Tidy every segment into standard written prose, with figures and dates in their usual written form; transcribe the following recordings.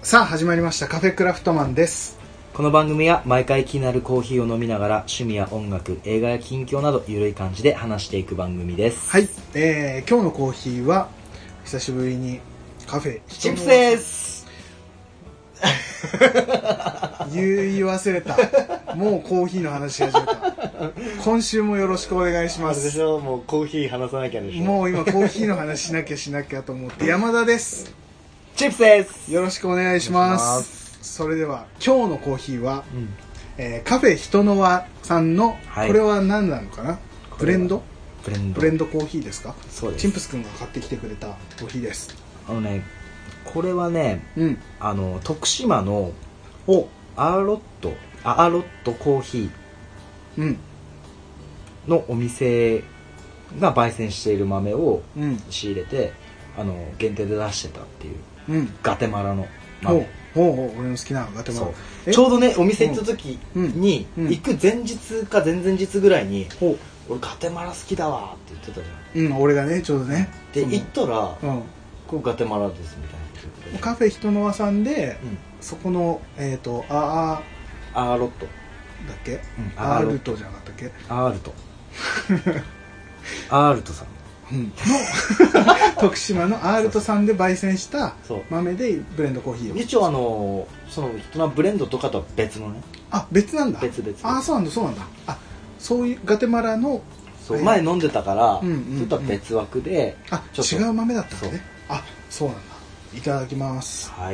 さあ始まりましたカフェクラフトマンです。 この番組は毎回気になるコーヒーを飲みながら趣味や音楽、映画や近況などゆるい感じで話していく番組です。 はい、今日のコーヒーは久しぶりにカフェチップスです。 言い忘れた。もうコーヒーの話し始めた。今週もよろしくお願いします。 あれでしょ、もうコーヒー話さなきゃでしょ。 もう今コーヒーの話しなきゃと思って山田です。 チップスです。 よろしくお願いします。それでは今日のコーヒーは、カフェひとのわさんの、これは何なのかな、ブレンドコーヒーですか。 そうです。 チンプス君が買ってきてくれたコーヒーです。 これはね、徳島のアーロットコーヒーのお店が焙煎している豆を仕入れて、限定で出してたっていう、ガテマラの豆。 俺の好きなガテマラ。 ちょうどねお店行った時に、行く前日か前々日ぐらいに、俺ガテマラ好きだわって言ってたじゃん。 俺がねちょうどねで行ったら、これガテマラですみたいな。 カフェひとのわさんで、そこのアーロットだっけ、アールトじゃなかったっけ、 アールトさんの徳島のアールトさんで焙煎した豆でブレンドコーヒーを。 一応その人のブレンドとかとは別のね。 別なんだ。 別そうなんだ。そういうガテマラの前飲んでたから、それとは別枠で違う豆だったんだね。そうなんだ。いただきます。 はい。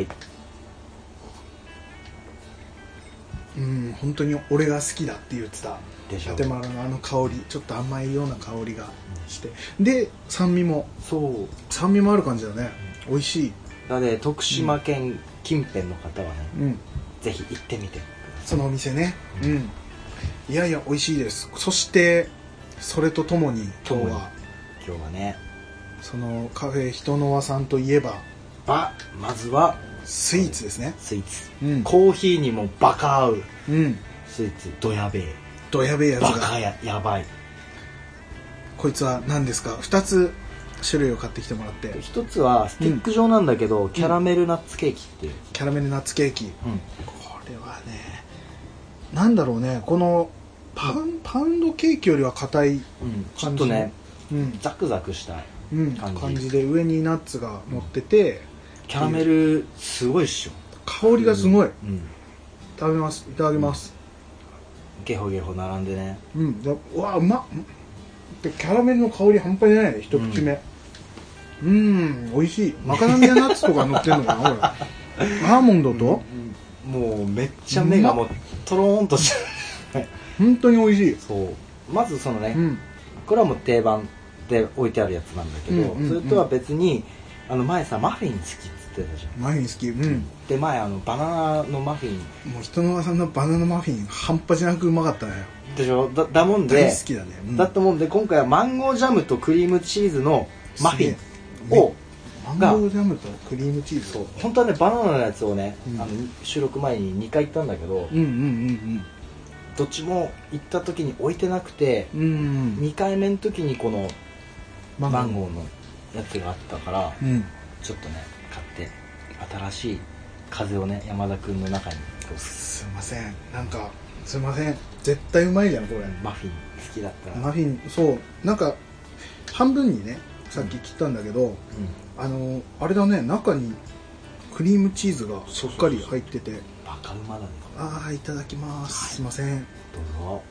本当に俺が好きだって言ってたガテマラの香り、ちょっと甘いような香りがして、で酸味もある感じだね。美味しい。 なので徳島県近辺の方はね、ぜひ行ってみてそのお店ね。いや美味しいです。そしてそれとともに今日はね、そのカフェひとのわさんといえばまずはスイーツですね。 スイーツ、コーヒーにもバカ合う、スイーツドヤベえやつがバカやばい。 こいつは何ですか。2つ種類を買ってきてもらって、 一つはスティック状なんだけど、キャラメルナッツケーキっていう、 キャラメルナッツケーキ、これはね、なんだろうね、このパウンドケーキよりは硬いちょっとね、ザクザクした感じで、上にナッツが乗ってて、 キャラメルすごいっしょ。 香りがすごい。いただきます。 ゲホゲホ並んでね。 うわうまっ。キャラメルの香り半端じゃないね、一口目。美味しい。マカダミアナッツとか乗ってんのかなこれ。アーモンドと、 もうめっちゃ目がもうトローンとしてる。 本当に美味しい。 まずそのね、これはもう定番で置いてあるやつなんだけど、それとは別に前さマフィン好きっつってたじゃん。 マフィン好き。 で前バナナのマフィン、 もうひとのわさんのバナナマフィン半端じゃなくうまかったね。 でしょ。だもんで大好きだね。 だったもんで今回はマンゴージャムとクリームチーズのマフィンをマンゴージャムとクリームチーズ。 本当はねバナナのやつをね、収録前に2回行ったんだけど、どっちも行った時に置いてなくて、2回目の時にこのマンゴーのやつがあったから、ちょっとね買って新しい風をね山田くんの中に。 すいません絶対うまいじゃんこれ。 マフィン好きだったら。 マフィンなんか半分にねさっき切ったんだけど、あれだね、中にクリームチーズがしっかり入っててバカうまだね。 いただきます。すいません。 どうぞ。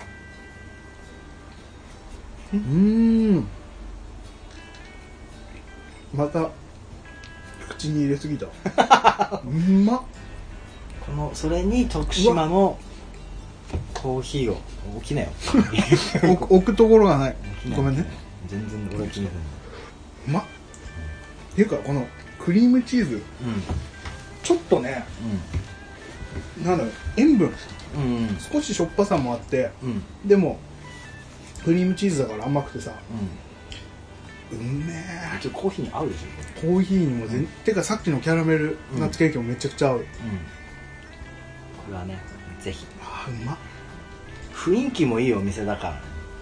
また口に入れすぎた。うまっ。 それに徳島のコーヒーを置きなよ。 置くところがない。ごめんね。 全然俺気になる。 うまっ。っていうかこのクリームチーズ、ちょっとね、なんだろう、塩分、少ししょっぱさもあって、でもクリームチーズだから甘くてさ、うめえ。 コーヒーに合うでしょ。 コーヒーにもてかさっきのキャラメルナッツケーキもめちゃくちゃ合う。これはねぜひ。 うまっ。 雰囲気もいいお店だから、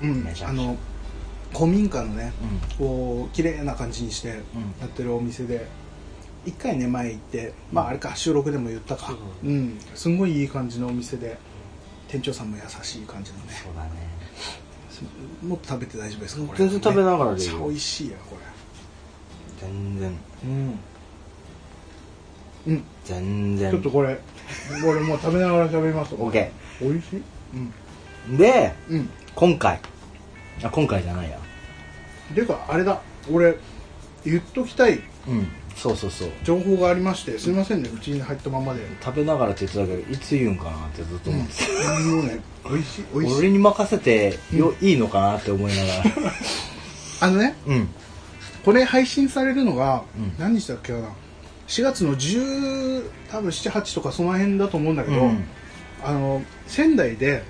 めちゃくちゃ古民家のね、こう綺麗な感じにしてやってるお店で、 1回ね前行って、まああれか収録でも言ったか、すんごいいい感じのお店で店長さんも優しい感じのね。 そうだね。 もっと食べて大丈夫ですか？これ全然食べながらでいいよ。 めっちゃ美味しいやこれ。 全然全然。 ちょっとこれもう食べながら喋ります。 OK。 美味しい。 で、今回じゃないや。 てかあれだ、俺言っときたいそう情報がありまして、すいませんね、口に入ったままで。 食べながらって言ってたけど、いつ言うんかなってずっと思ってた。美味しい美味しい。 俺に任せていいのかなって思いながらこれ配信されるのが何日だっけかな、4月の10多分7、8とかその辺だと思うんだけど、仙台で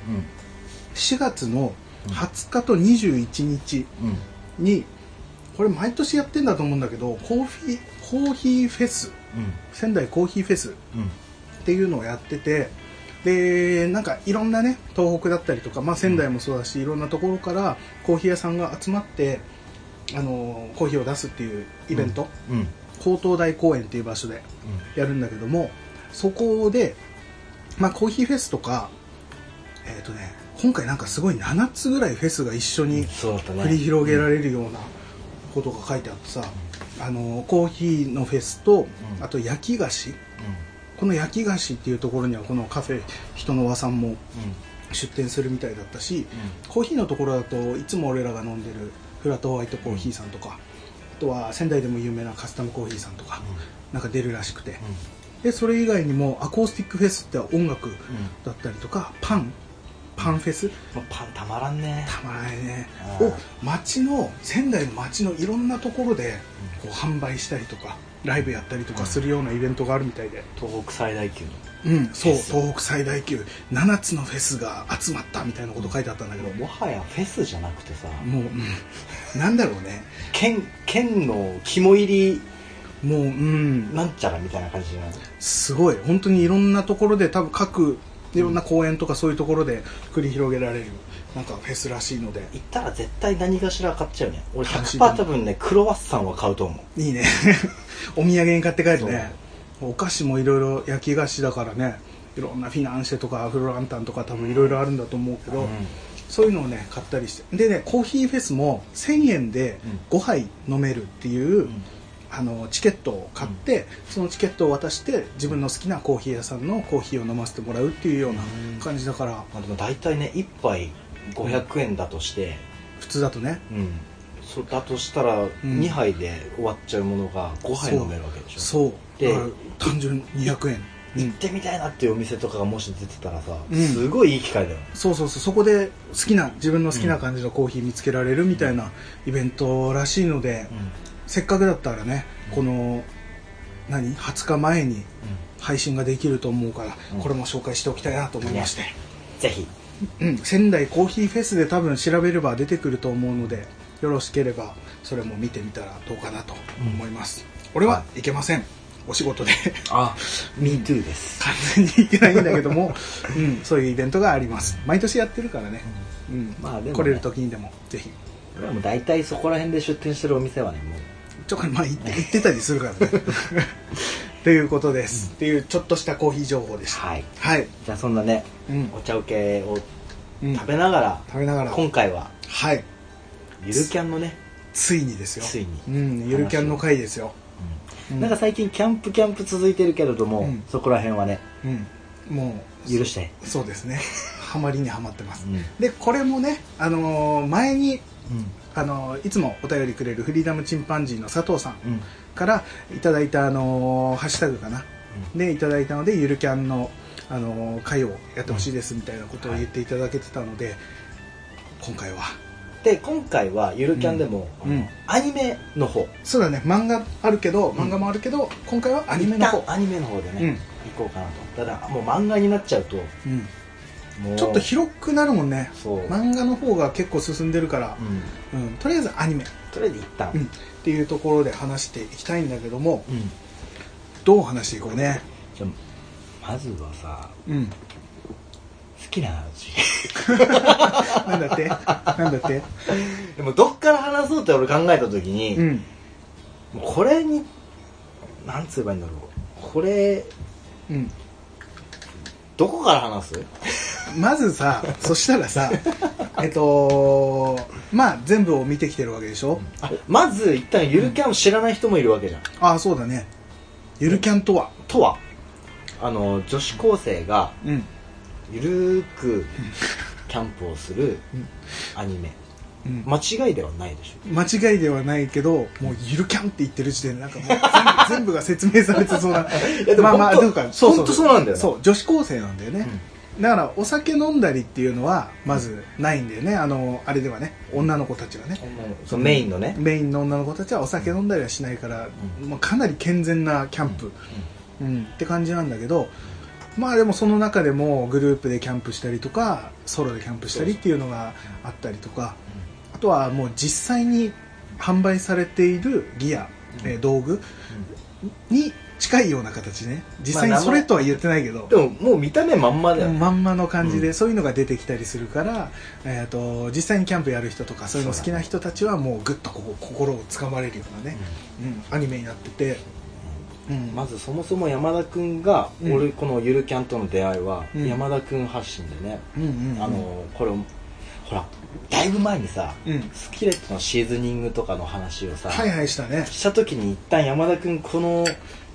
4月の20日と21日に、これ毎年やってんだと思うんだけど、コーヒーフェス、仙台コーヒーフェスっていうのをやってて、でなんかいろんなね、東北だったりとか、まあ、仙台もそうだし、いろんなところからコーヒー屋さんが集まってコーヒーを出すっていうイベント、高東台公園っていう場所でやるんだけども、そこで、まあ、コーヒーフェスとか今回なんかすごい7つぐらいフェスが一緒に繰り広げられるようなことが書いてあってさ、コーヒーのフェスと、あと焼き菓子、この焼き菓子っていうところにはこのカフェ人の輪さんも出店するみたいだったし、コーヒーのところだといつも俺らが飲んでるフラットホワイトコーヒーさんとか、あとは仙台でも有名なカスタムコーヒーさんとかなんか出るらしくて、でそれ以外にもアコースティックフェスって音楽だったりとか、パンフェス、 パンたまらんね。 たまらないね。仙台の街のいろんなところでこう販売したりとかライブやったりとかするようなイベントがあるみたいで、 東北最大級のそう東北最大級7つのフェスが集まったみたいなこと書いてあったんだけど、 もはやフェスじゃなくてさ、 もう、なんだろうね、 県の肝入りもうなんちゃらみたいな感じじゃない？ すごい本当にいろんなところで、多分各いろんな公園とかそういうところで繰り広げられるなんかフェスらしいので、 行ったら絶対何かしら買っちゃうね。俺 100% 多分ねクロワッサンは買うと思う。 いいねお土産に買って帰るね。お菓子もいろいろ焼き菓子だからね、いろんなフィナンシェとかフロランタンとか多分いろいろあるんだと思うけど、そういうのをね買ったりして、でね、コーヒーフェスも1000円で5杯飲めるっていう、チケットを買って、そのチケットを渡して自分の好きなコーヒー屋さんのコーヒーを飲ませてもらうっていうような感じだから、 でも大体ね1杯500円だとして、 普通だとね、 そうだとしたら2杯で終わっちゃうものが5杯飲めるわけでしょ。 そうで単純200円行ってみたいなっていうお店とかがもし出てたらさ、すごいいい機会だよ。 そこで自分の好きな感じのコーヒー見つけられるみたいなイベントらしいので、せっかくだったらね、この20日前に配信ができると思うから、これも紹介しておきたいなと思いまして、 ぜひ、 仙台コーヒーフェスで多分調べれば出てくると思うので、よろしければそれも見てみたらどうかなと思います。俺は行けません、お仕事で Me too です。 完全に行けないんだけども、そういうイベントがあります。毎年やってるからね、 まあでもね、 来れる時にでもぜひ。 俺はもう大体そこら辺で出店してるお店はね、もうまあ行ってたりするからねということです、っていうちょっとしたコーヒー情報でした。 じゃあそんなね、お茶受けを食べながら、今回はゆるキャンのね、 ついにですよ、ゆるキャンの回ですよ。 なんか最近キャンプ続いてるけれども、そこら辺はね、 もう許して。 そうですねハマりにはまってます。でこれもね、前にいつもお便りくれるフリーダムチンパンジーの佐藤さんからいただいたハッシュタグかな、でいただいたので、ゆるキャンの会をやってほしいですみたいなことを言っていただけてたので、今回はゆるキャンでもアニメの方、 そうだね、漫画もあるけど今回はアニメの方、 アニメの方でね行こうかなと。ただもう漫画になっちゃうとちょっと広くなるもんね。漫画の方が結構進んでるから、とりあえずアニメ、 とりあえず一旦っていうところで話していきたいんだけども、どう話していこうね。 じゃあまずはさ、好きな味なんだってでもどっから話そうって俺考えた時に、もうこれになんつえばいいんだろう、これ、 うん、 どこから話す？ まずさ、そしたらさまあ全部を見てきてるわけでしょ。 まず一旦ゆるキャンを知らない人もいるわけじゃん。 ああ、そうだね。ゆるキャンとは女子高生がゆるーくキャンプをするアニメ、うん、間違いではないでしょ。 間違いではないけど、もうゆるキャンって言ってる時点でなんかもう全部が説明されてそうな。まあまあ、どうか、 そう本当そうなんだよね。 そう、女子高生なんだよね。だからお酒飲んだりっていうのはまずないんだよね。あれではね、女の子たちはね、 そのメインの女の子たちはお酒飲んだりはしないから、まあ、かなり健全なキャンプ、って感じなんだけど、まあでもその中でもグループでキャンプしたりとかソロでキャンプしたりっていうのがあったりとか、あとはもう実際に販売されているギア、道具に近いような形ね。実際にそれとは言ってないけど、 でももう見た目まんまだよね。 まんまの感じで、そういうのが出てきたりするから、実際にキャンプやる人とかそういうの好きな人たちはもうグッとこう心をつかまれるようなね、アニメになってて、 まずそもそも山田くんが、俺このゆるキャンとの出会いは山田くん発信でね、これほらだいぶ前にさ、スキレットのシーズニングとかの話をさ、 したね。 した時に一旦山田くんこの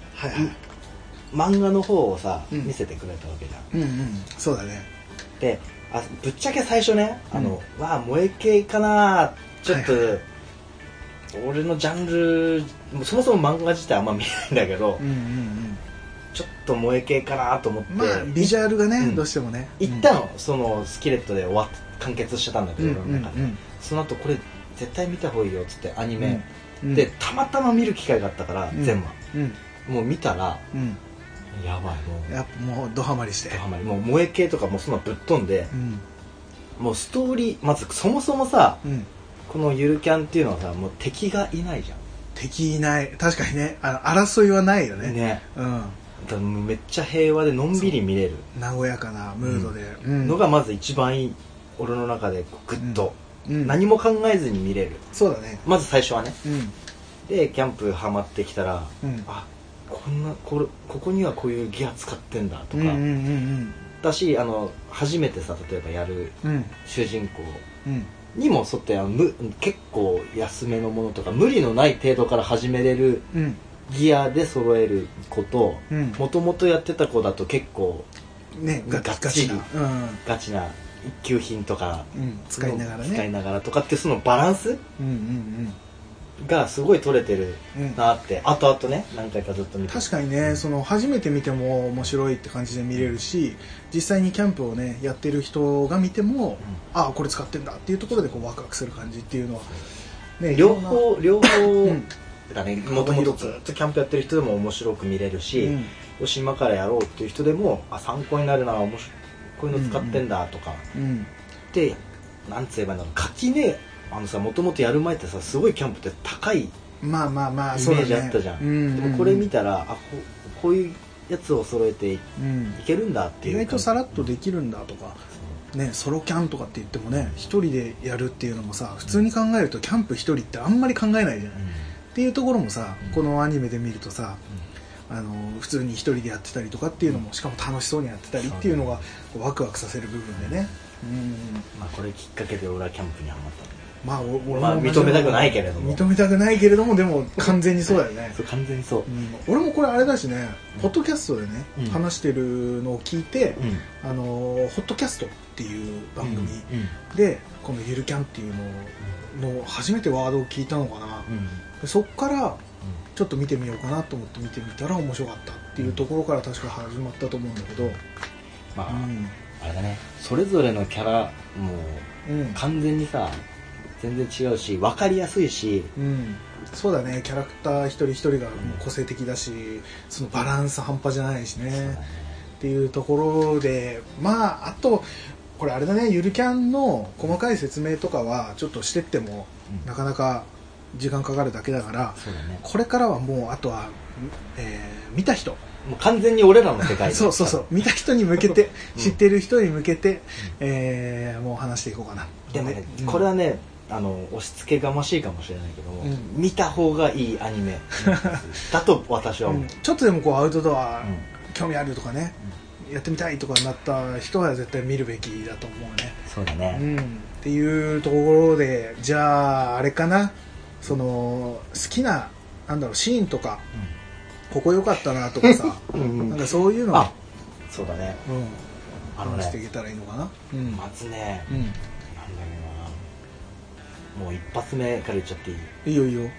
漫画の方をさ、見せてくれたわけじゃん。 そうだね。 で、ぶっちゃけ最初ね、わあ萌え系かな、ちょっと、俺のジャンル、そもそも漫画自体あんま見ないんだけど、ちょっと萌え系かなと思って、 まあビジュアルがね、どうしてもね。 行ったの、そのスキレットで完結してたんだけど、その後これ絶対見た方がいいよっつってアニメでたまたま見る機会があったから全部。もう見たら、やばい、 もうドハマりして、 もう萌え系とかもうそんなぶっ飛んで、もうストーリー、まずそもそもさ、このゆるキャンっていうのはさ、もう敵がいないじゃん。 敵いない。確かにね、争いはないよね。 めっちゃ平和でのんびり見れる、 和やかなムードで、 のがまず一番いい。俺の中でグッと、何も考えずに見れる。 そうだね。 まず最初はね、でキャンプハマってきたら、ここにはこういうギア使ってんだとか、だし、初めてさ、例えばやる主人公にも沿って結構安めのものとか無理のない程度から始めれるギアで揃える子と、もともとやってた子だと結構ガチな一級品とか使いながらとかって、そのバランスがすごい取れてるなって、後々ね何回かずっと見て、 確かにね、その初めて見ても面白いって感じで見れるし、実際にキャンプをねやってる人が見ても、ああこれ使ってんだっていうところでこうワクワクする感じっていうのは、ね、 両方だね。もともとずっとキャンプやってる人でも面白く見れるし、よし今からやろうっていう人でも参考になるな、面白いこういうの使ってんだとか、でなんつえばいいんだろう、垣根もともとやる前ってさ、すごいキャンプって高いイメージあったじゃん。でもこれ見たら、こういうやつを揃えていけるんだっていう、 意外とさらっとできるんだとか、ソロキャンとかって言ってもね、一人でやるっていうのもさ、普通に考えるとキャンプ一人ってあんまり考えないじゃない、っていうところもさ、このアニメで見るとさ、普通に一人でやってたりとかっていうのも、しかも楽しそうにやってたりっていうのがワクワクさせる部分でね、 これきっかけで俺はキャンプにハマった。 俺も認めたくないけれどもでも完全にそうだよね。 完全にそう、 俺もこれあれだしね、ポッドキャストでね、話してるのを聞いて、ホットキャストっていう番組でこのゆるキャンっていうのの初めてワードを聞いたのかな、そっからちょっと見てみようかなと思って見てみたら面白かったっていうところから確か始まったと思うんだけど、 あれだね、それぞれのキャラも完全にさ、全然違うし分かりやすいし、 そうだね、キャラクター一人一人が個性的だし、そのバランス半端じゃないしね、っていうところで、あとこれあれだね、ゆるキャンの細かい説明とかはちょっとしてっても、なかなか時間かかるだけだから、これからはもうあとは、見た人、 もう完全に俺らの世界そう見た人に向けて、知ってる人に向けて、もう話していこうかな。 でもね、これはね、 押し付けがましいかもしれないけども、見た方がいいアニメだと私は思う、 ちょっとでもこうアウトドア、興味あるとかね、やってみたいとかなった人は絶対見るべきだと思うね。 そうだね、 っていうところで、じゃああれかな、その好きななんだろうシーンとか、ここ良かったなとかさなんかそういうのそうだね、 話していけたらいいのかな。 まずね、なんだろうな、もう一発目から言っちゃっていい？ いいよいいよ。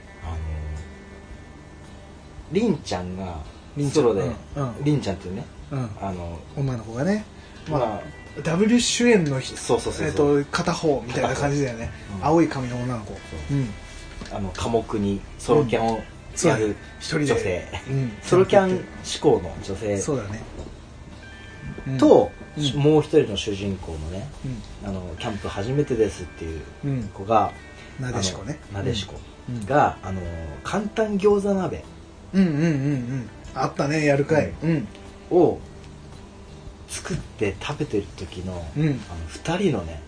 りんちゃんがソロで、りんちゃんっていうね、 女の子がね、まあダブル主演の片方みたいな感じだよね。青い髪の女の子、 寡黙にソロキャンをやる女性、ソロキャン志向の女性、 そうだね、 ともう一人の主人公のね、キャンプ初めてですっていう子が、 なでしこね、 なでしこが簡単餃子鍋あったね、やるかい、 を作って食べてる時の2人のね、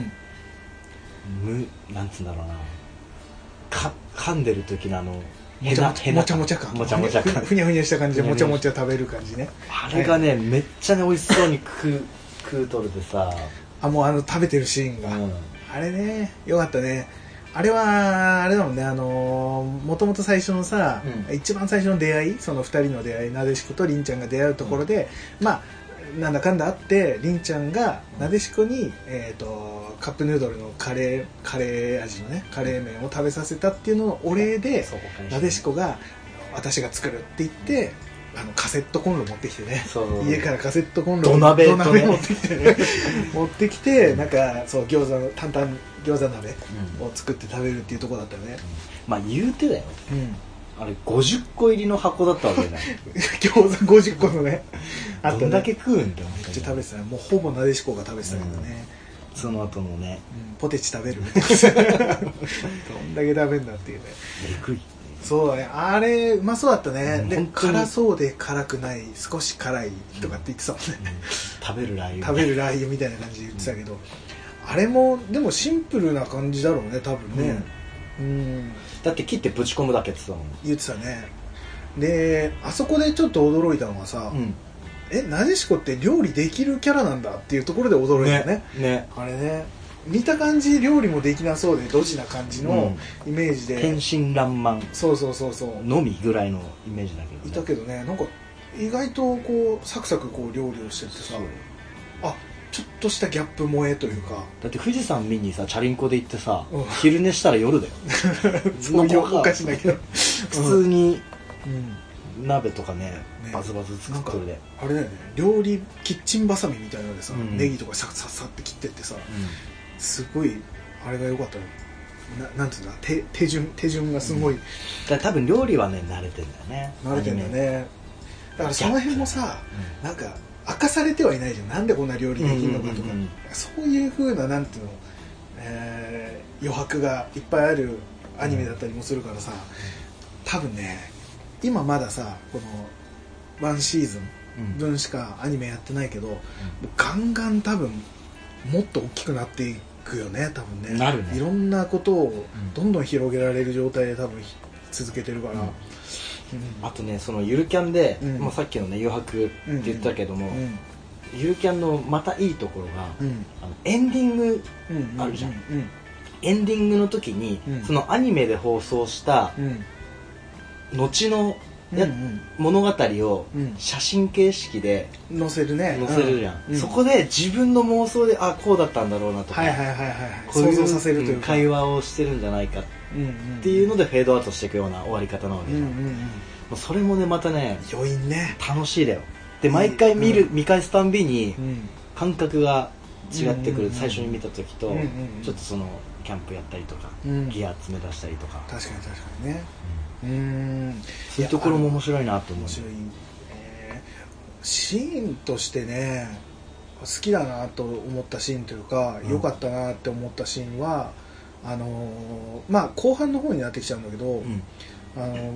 なんつうんだろうな、噛んでる時のもちゃもちゃ感、ふにゃふにゃした感じでもちゃもちゃ食べる感じね。 あれがね、めっちゃね美味しそうに食うとるでさ、 もう食べてるシーンが、あれねよかったね。あれはあれだもんね、もともと最初のさ、一番最初の出会い、その2人の出会い、なでしことりんちゃんが出会うところで、まあなんだかんだあってりんちゃんがなでしこに、カップヌードルのカレー味のねカレー麺を食べさせたっていうののお礼で、なでしこが私が作るって言ってカセットコンロ持ってきてね、家からカセットコンロ土鍋持ってきてね持ってきて、なんかそう餃子の担々餃子鍋を作って食べるっていうところだったよね。 まあ言うてだよ、あれ50個入りの箱だったわけじゃない餃子50個のねあったね。どんだけ食うんだよ。 めっちゃ食べてたね。もうほぼなでしこが食べてたけどね、 その後のね、 ポテチ食べるどんだけ食べるんだっていうね。 えぐい。 そうだね、あれうまそうだったね。で辛そうで辛くない、少し辛いとかって言ってたもんね、 食べるラー油みたいな感じで言ってたけど、あれもでもシンプルな感じだろうね多分ね、 だって切ってぶち込むだけって言ってたね。であそこでちょっと驚いたのがさ、なでしこって料理できるキャラなんだっていうところで驚いたね。あれね、見た感じ料理もできなそうでドジな感じのイメージで、 天真爛漫そうのみぐらいのイメージだけど、 いたけどね、なんか意外とこうサクサクこう料理をしててさ、ちょっとしたギャップ萌えというか。 だって富士山見にさチャリンコで行ってさ、昼寝したら夜だよそういうおかしいんだけど普通に鍋とかねバズバズ作ってるで、 あれだよね、料理キッチンバサミみたいなのでさ、ネギとかさっさって切ってってさ、すごいあれが良かったね。なんていうんだ、手順がすごい、 だから多分料理はね慣れてんだよね。 慣れてんだよね。だからその辺もさ、なんか明かされてはいないじゃん、なんでこんな料理できるのかとか、そういう風ななんていうの、余白がいっぱいあるアニメだったりもするからさ、多分ね今まださこの1シーズン分しかアニメやってないけど、ガンガン多分もっと大きくなっていくよね多分ね。 なるね。 いろんなことをどんどん広げられる状態で多分続けてるから、 あとねそのゆるキャンで、さっきのね余白って言ったけども、ゆるキャンのまたいいところが、エンディングあるじゃん、エンディングの時に、そのアニメで放送した後の物語を写真形式で載せるじゃん、そこで自分の妄想でこうだったんだろうなとか、想像させるという会話をしてるんじゃないかっていうのでフェードアウトしていくような終わり方なわけじゃん、それもねまたね余韻ね楽しいだよ。で毎回見返すたんびに感覚が違ってくる、最初に見た時と、ちょっとそのキャンプやったりとか、ギア詰め出したりとか、 確かにね、 そういうところも面白いなと思う。 面白い、シーンとしてね好きだなと思ったシーンというか、良かったなって思ったシーンは後半の方になってきちゃうんだけど、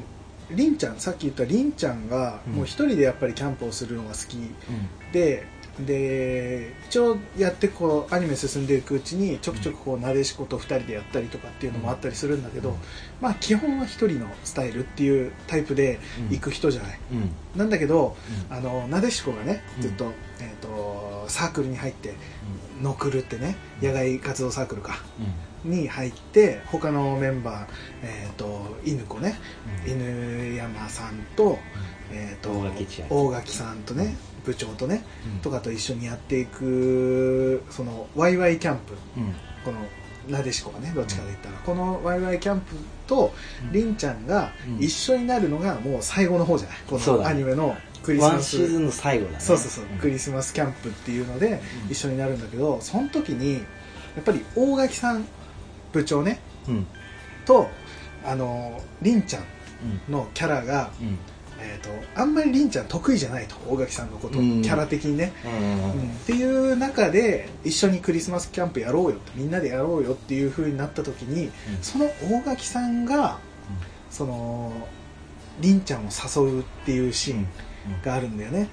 りんちゃん、さっき言ったりんちゃんがもう一人でやっぱりキャンプをするのが好きで、 で一応やってこうアニメ進んでいくうちにちょくちょくこうなでしこと2人でやったりとかっていうのもあったりするんだけど、まあ基本は1人のスタイルっていうタイプで行く人じゃない、なんだけど、なでしこがねずっと、サークルに入ってノクルってね野外活動サークルか、に入って他のメンバー、犬子ね、犬山さんと、大垣さんとね部長とね、とかと一緒にやっていくそのワイワイキャンプ、このなでしこがねどっちかで言ったら、このワイワイキャンプとりんちゃんが一緒になるのがもう最後の方じゃない、このアニメのクリスマスワンシーズンの最後だね。 そう、クリスマスキャンプっていうので一緒になるんだけど、その時にやっぱり大垣さん部長ね、とりんちゃんのキャラが、あんまりりんちゃん得意じゃないと、大垣さんのこと、キャラ的にね、っていう中で一緒にクリスマスキャンプやろうよって、みんなでやろうよっていう風になった時に、その大垣さんが、そのりんちゃんを誘うっていうシーンがあるんだよね。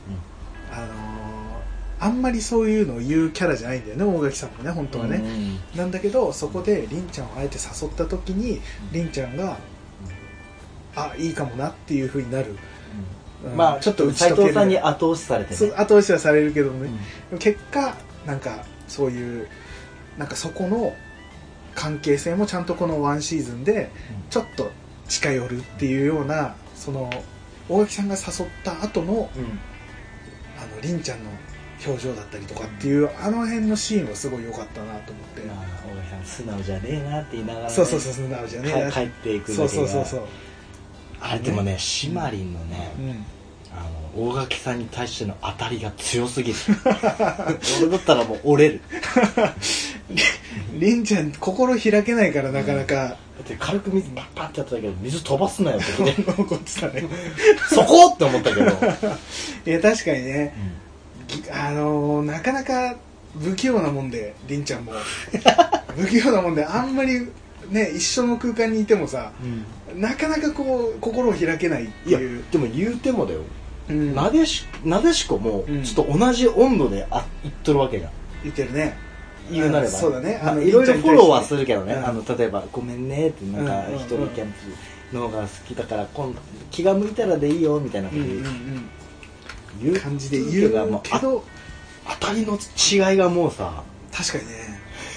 あんまりそういうのを言うキャラじゃないんだよね、大垣さんもね本当はね、なんだけどそこでりんちゃんをあえて誘った時にりんちゃんが、あ、いいかもなっていう風になる、 まあちょっと斉藤さんに後押しされてね、 後押しはされるけどね、結果なんかそういうなんかそこの関係性もちゃんとこのワンシーズンでちょっと近寄るっていうような、その大垣さんが誘った後の、りんちゃんの表情だったりとかっていうあの辺のシーンはすごい良かったなと思って、 大垣さん素直じゃねえなって言いながら、ね、 そう素直じゃねえな帰っていくだけが、そうあれでもね、シマリンのね、大垣さんに対しての当たりが強すぎる俺だったらもう折れるりんちゃん心開けないからなかなか、 だって軽く水パッパッってやったけど水飛ばすなよって怒ってたねそこって思ったけどいや確かにね、なかなか不器用なもんで、りんちゃんも不器用なもんで、あんまりね一緒の空間にいてもさ、なかなかこう心を開けないっていう。 いやでも言うてもだよ、なでしこもちょっと同じ温度で言っとるわけじゃん、 言ってるね、 言うなれば、 そうだね、 いろいろフォローはするけどね、例えばごめんねってなんか一人キャンプの方が好きだから気が向いたらでいいよみたいなこと言う感じで言うけど、当たりの違いがもうさ、 確かにね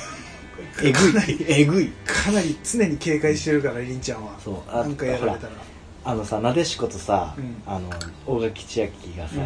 えぐいかなり常に警戒してるから、りんちゃんは。そう、なんかやられたらさ、なでしことさ、大垣千秋がさ、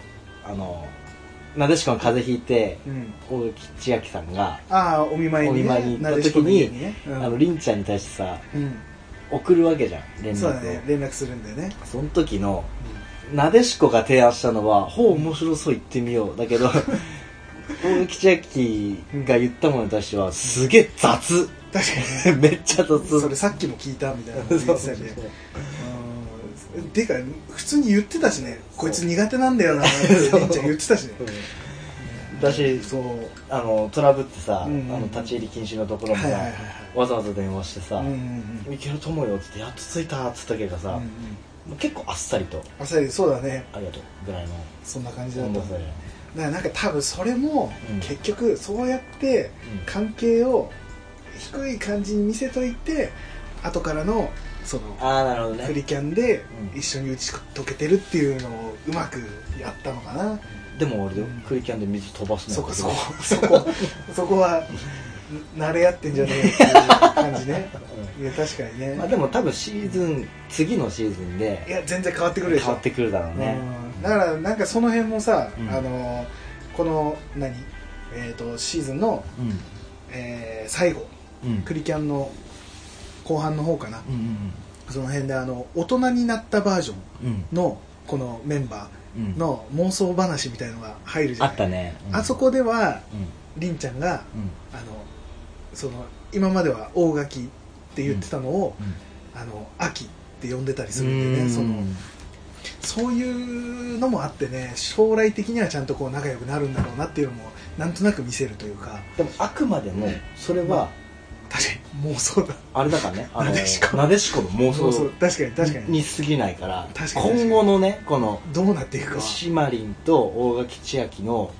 なでしこが風邪ひいて、大垣千秋さんがお見舞いに行った時にりんちゃんに対してさ、送るわけじゃん、連絡を。 そうだね、連絡するんだよね。 その時のなでしこが提案したのは、面白そう、行ってみようだけど大垣千秋が言ったものに対してはすげえ雑。 確かにめっちゃ雑。 それさっきも聞いたみたいなこと言ってたね。てか普通に言ってたしね、こいつ苦手なんだよなってりんちゃん言ってたしね。 だし、トラブってさ、立ち入り禁止のところもさ、わざわざ電話してさ、行けると思うよってって、やっと着いたっつったけどさ、結構あっさりと、 そうだね、 ありがとうぐらいの、 そんな感じだった。だからなんか多分それも結局そうやって関係を低い感じに見せといて、後からのそのクリキャンで一緒に打ち解けてるっていうのをうまくやったのかな。 でも俺クリキャンで水飛ばすのよ。 そこは慣れ合ってんじゃねえっていう感じね。いや確かにね。 まあでも多分次のシーズンで、 いや全然変わってくるでしょ。 変わってくるだろうね。 だからなんかその辺もさ、このシーズンの最後、クリキャンの後半の方かな、その辺で大人になったバージョンのこのメンバーの妄想話みたいのが入るじゃない。 あったね。 あそこではりんちゃんがその今までは大垣って言ってたのを秋って呼んでたりするんでね、そういうのもあってね、将来的にはちゃんとこう仲良くなるんだろうなっていうのもなんとなく見せるというか。 でもあくまでもそれは、 確かに妄想だ、 あれだからね、なでしこの妄想確かにに過ぎないから、今後のね、このどうなっていくか、 シマリンと大垣千秋の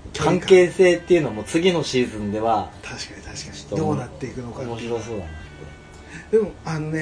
関係性っていうのも次のシーズンでは確かにどうなっていくのか面白そうだな。 でも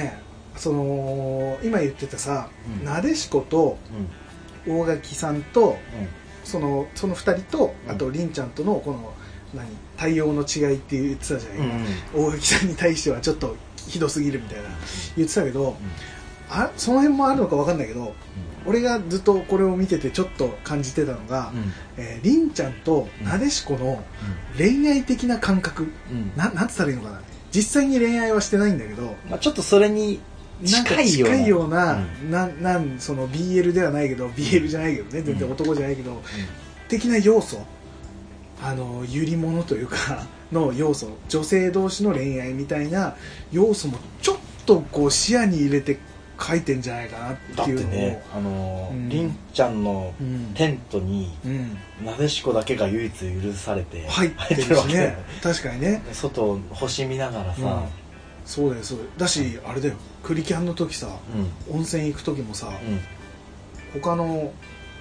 今言ってたさ、なでしこと大垣さんと、その2人と、あと凛ちゃんとのこの対応の違いって言ってたじゃない、大垣さんに対してはちょっとひどすぎるみたいな言ってたけど、その辺もあるのか分かんないけど、俺がずっとこれを見ててちょっと感じてたのが、凛ちゃんとなでしこの恋愛的な感覚、なんつったらいいのかな、実際に恋愛はしてないんだけど、 ちょっとそれに近いような、 その BL ではないけど BL じゃないけどね、全然男じゃないけど、的な要素、ゆりものというかの要素、女性同士の恋愛みたいな要素もちょっとこう視野に入れて書いてんじゃないかなっていうのを。 だってね、凛ちゃんのテントになでしこだけが唯一許されて入ってるしね、確かにね、 外星見ながらさ、 そうだよだし、あれだよ、クリキャンの時さ、温泉行く時もさ、他の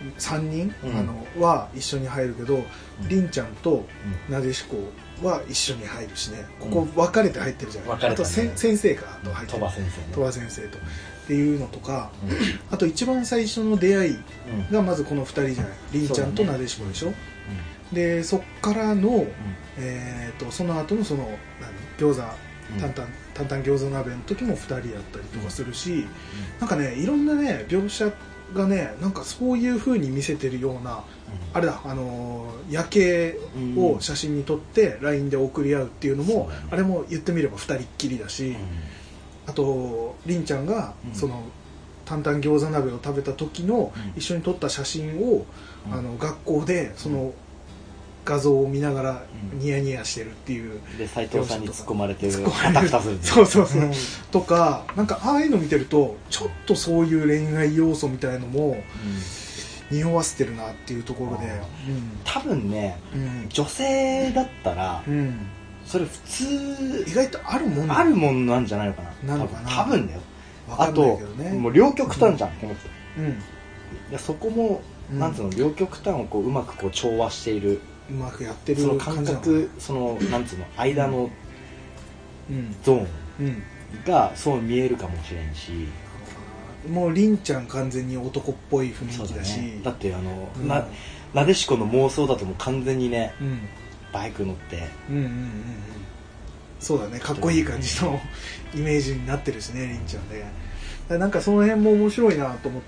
3人、は一緒に入るけど、凛ちゃんとなでしこは一緒に入るしね、ここ分かれて入ってるじゃない、あと先生かと入ってる、鳥羽先生とっていうのとか、あと一番最初の出会いがまずこの2人じゃない、凛ちゃんとなでしこでしょ、でそっからの、その後のその餃子担々餃子鍋の時も2人やったりとかするし、なんかね、いろんなね描写がね、なんかそういう風に見せてるような、あれだ、夜景を写真に撮って LINE で送り合うっていうのも、あれも言ってみれば2人っきりだし、あと凛ちゃんがその担々餃子鍋を食べた時の一緒に撮った写真を、学校でその画像を見ながらニヤニヤしてるっていう、 で斉藤さんに突っ込まれてる、 そうとか、なんかああいうの見てるとちょっとそういう恋愛要素みたいのも匂わせてるなっていうところで、 多分ね、女性だったら、それ普通意外とあるもんなんじゃないのかな、多分だよ。あともう両極端じゃん、この人。そこもなんつうの、両極端をこううまくこう調和している、 うまくやってるその感覚、そのなんつうの間のゾーンがそう見えるかもしれんし、 もう凛ちゃん完全に男っぽい雰囲気だし、 だってなでしこの妄想だともう完全にね、バイク乗ってそうだね、かっこいい感じのイメージになってるしね、凛ちゃんで、なんかその辺も面白いなと思って、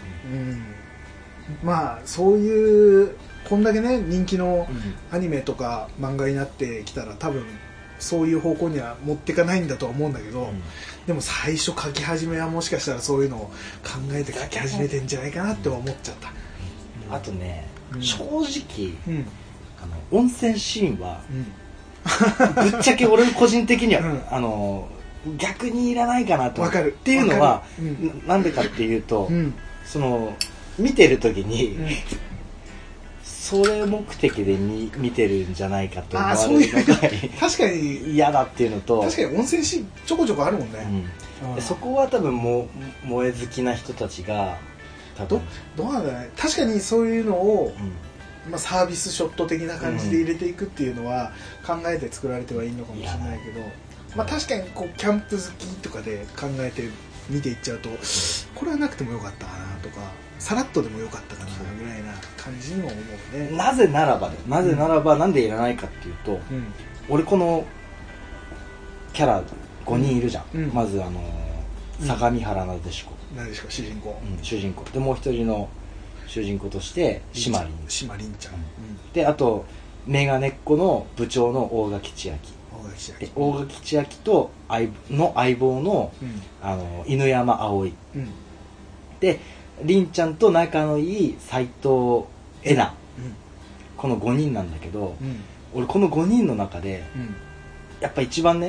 まあそういうこんだけね人気のアニメとか漫画になってきたら多分そういう方向には持っていかないんだとは思うんだけど、でも最初書き始めはもしかしたらそういうのを考えて書き始めてんじゃないかなって思っちゃった、 あとね、正直、温泉シーンは、ぶっちゃけ俺個人的には、逆にいらないかなと思うっていうのは、なんでかっていうと、その見てる時に、それ目的で見てるんじゃないかと思われるのが確かに嫌だっていうのと、 確かに温泉シーンちょこちょこあるもんね、 そこは多分燃え好きな人たちがどうなんだろうね、確かにそういうのを、サービスショット的な感じで入れていくっていうのは考えて作られてはいいのかもしれないけど、確かにこうキャンプ好きとかで考えて見ていっちゃうと、これはなくてもよかったかなとか、さらっとでもよかったかなぐらいな感じにも思うね。 なぜならばなんでいらないかっていうと、俺このキャラ5人いるじゃん、まず相模原なでしこ主人公で、もう一人の主人公として島凛ちゃん、であとメガネっ子の部長の大垣千秋、大垣千秋との相棒の、犬山葵、で凛ちゃんと仲のいい斉藤恵那、この5人なんだけど、俺この5人の中で、やっぱ一番ね、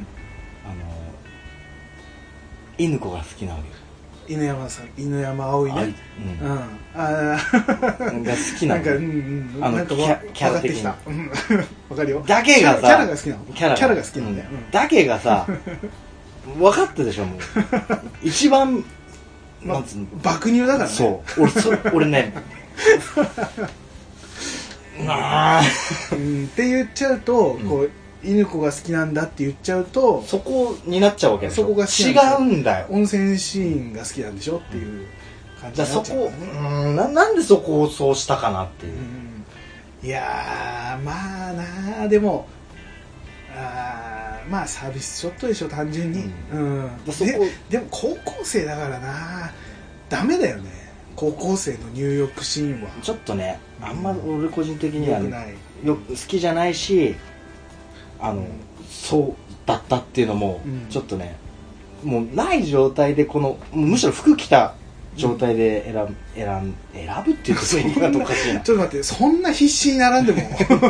犬子が好きなわけよ。 犬山葵ね、が好きなの、 なんかキャラ的にわかるよ。 だけがさ、 キャラが好きなの、キャラが好きなんだよ、 だけがさ分かったでしょ、もう一番爆乳だからね。 そう、俺ねって言っちゃうと、こう犬子が好きなんだって言っちゃうとそこになっちゃうわけでしょ。 そこが違うんだよ。 温泉シーンが好きなんでしょっていう感じになっちゃうからね。 なんでそこをそうしたかなっていう。 いやーまあなーでもまあサービスショットでしょ単純に。でも高校生だからなダメだよね。高校生の入浴シーンはちょっとねあんま俺個人的には、ね、好きじゃないしそうだったっていうのもちょっとね、もうない状態でむしろ服着た状態で選ぶっていうと言い方おかしいな。 ちょっと待って、そんな必死に並んでも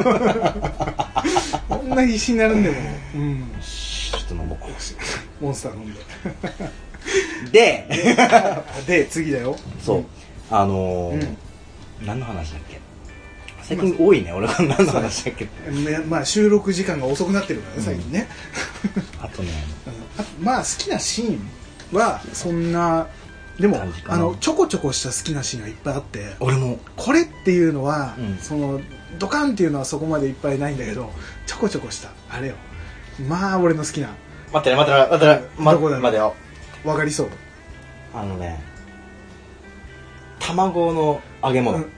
そんな必死に並んでも、 ちょっと飲もう。 モンスター飲んでで次だよ。 そう何の話だっけ。最近多いね俺が何の話だっけ。 まあ収録時間が遅くなってるからね最近ね。 あとねまあ好きなシーンはそんなでもちょこちょこした好きなシーンがいっぱいあって、 俺もこれっていうのは、そのドカンっていうのはそこまでいっぱいないんだけど、ちょこちょこしたあれよ。まあ俺の好きな。 待ってねどこだろう。 待てよ。 わかりそう。 卵の揚げ物。 違う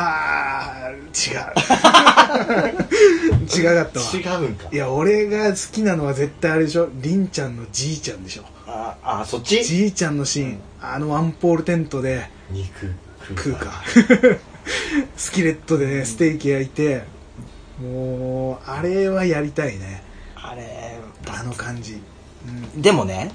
違かったわ。 違うんか。 いや俺が好きなのは絶対あれでしょ。りんちゃんのじいちゃんでしょ。 そっち。 じいちゃんのシーン、ワンポールテントで肉食うかスキレットでねステーキ焼いて、もうあれはやりたいね。あの感じ、 でもね、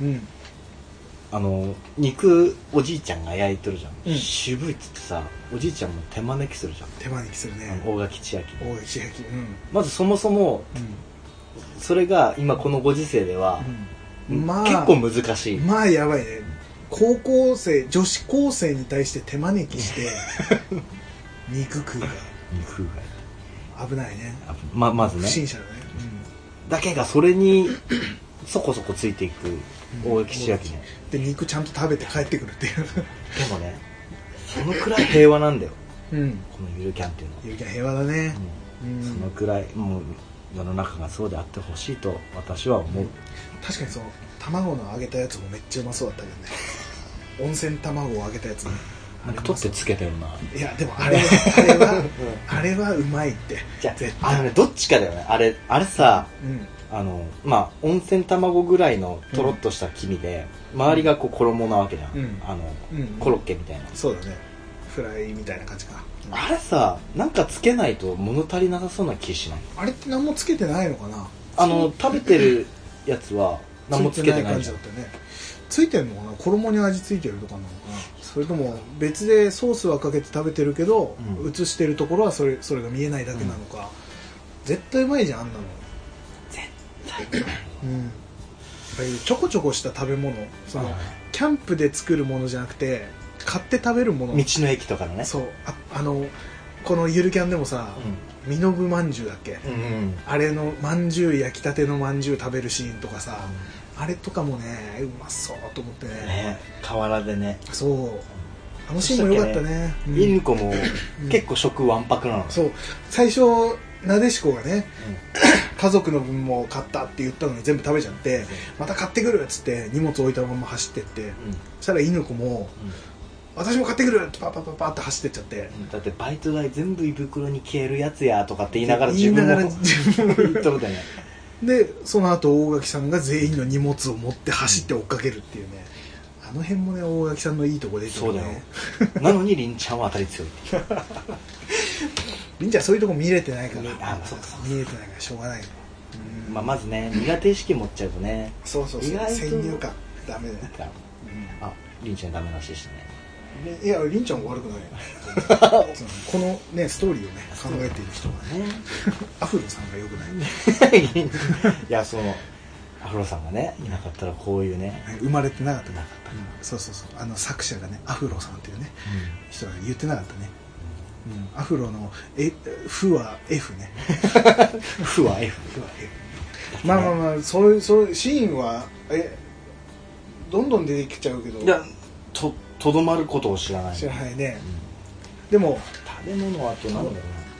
肉おじいちゃんが焼いてるじゃん、渋いっつってさ、おじいちゃんも手招きするじゃん。 手招きするね。 大垣千秋。 まずそもそも、それが今このご時世では、結構難しい。 まあやばいね。高校生女子高生に対して手招きして肉食うが危ないね。 まずね不審者だね、 だけがそれにそこそこついていく大垣千秋ね。 で肉ちゃんと食べて帰ってくるっていうでもねそのくらい平和なんだよ、このゆるキャンっていうのは。 ゆるキャン平和だね、 そのくらいもう世の中がそうであってほしいと私は思う、 確かにそう。卵の揚げたやつもめっちゃうまそうだったけどね。温泉卵を揚げたやつね。 なんか取ってつけてるな。 いやでもあれはうまいって。 じゃあどっちかだよね。あれさ、温泉卵ぐらいのとろっとした黄身で、周りがこう衣なわけじゃん、コロッケみたいな。 そうだね、フライみたいな感じか。 あれさ、なんかつけないと物足りなさそうな気しない？あれって何もつけてないのかな。 食べてるやつは何もつけてない感じだったね。ついてるのかな、衣に味ついてるとかなのかな、それとも別でソースはかけて食べてるけど、映してるところはそれが見えないだけなのか、絶対うまいじゃんあんなの。 絶対うまい。 ちょこちょこした食べ物、キャンプで作るものじゃなくて買って食べるもの。 道の駅とかのね。 そう、このゆるキャンでもさ、身延まんじゅうだっけ、あれのまんじゅう、焼きたてのまんじゅう食べるシーンとかさ、あれとかもねうまそうと思ってね。 河原でね。 そう、あのシーンも良かったね。 インコも結構食わんぱくなの。 そう最初なでしこがね、家族の分も買ったって言ったのに全部食べちゃって、また買ってくるっつって荷物置いたまま走ってって、そしたら犬子も、私も買ってくるってパッって走ってっちゃって、 だってバイト代全部胃袋に消えるやつやとかって言いながら自分も言っとるだよね。 でその後大垣さんが全員の荷物を持って走って追っかけるっていうね、あの辺もね大垣さんのいいとこ出てるね。そうだよ。なのにりんちゃんは当たり強いっていう。 りんちゃんそういうとこ見れてないから。 見れてないからしょうがないの。まずね苦手意識持っちゃうとね。 そう先入観ダメだね。 りんちゃんダメらしいしね。 いやりんちゃんは悪くないこのねストーリーをね考えている人はねアフロさんがよくない。 いやそのアフロさんがねいなかったらこういうね生まれてなかった。そう作者がねアフロさんっていうね、人が言ってなかったね。アフロのフは F ね。 フは F。 まあそういうシーンはどんどん出てきちゃうけど。 いやとどまることを知らない。 ね。でも食べ物はとなんだろうな。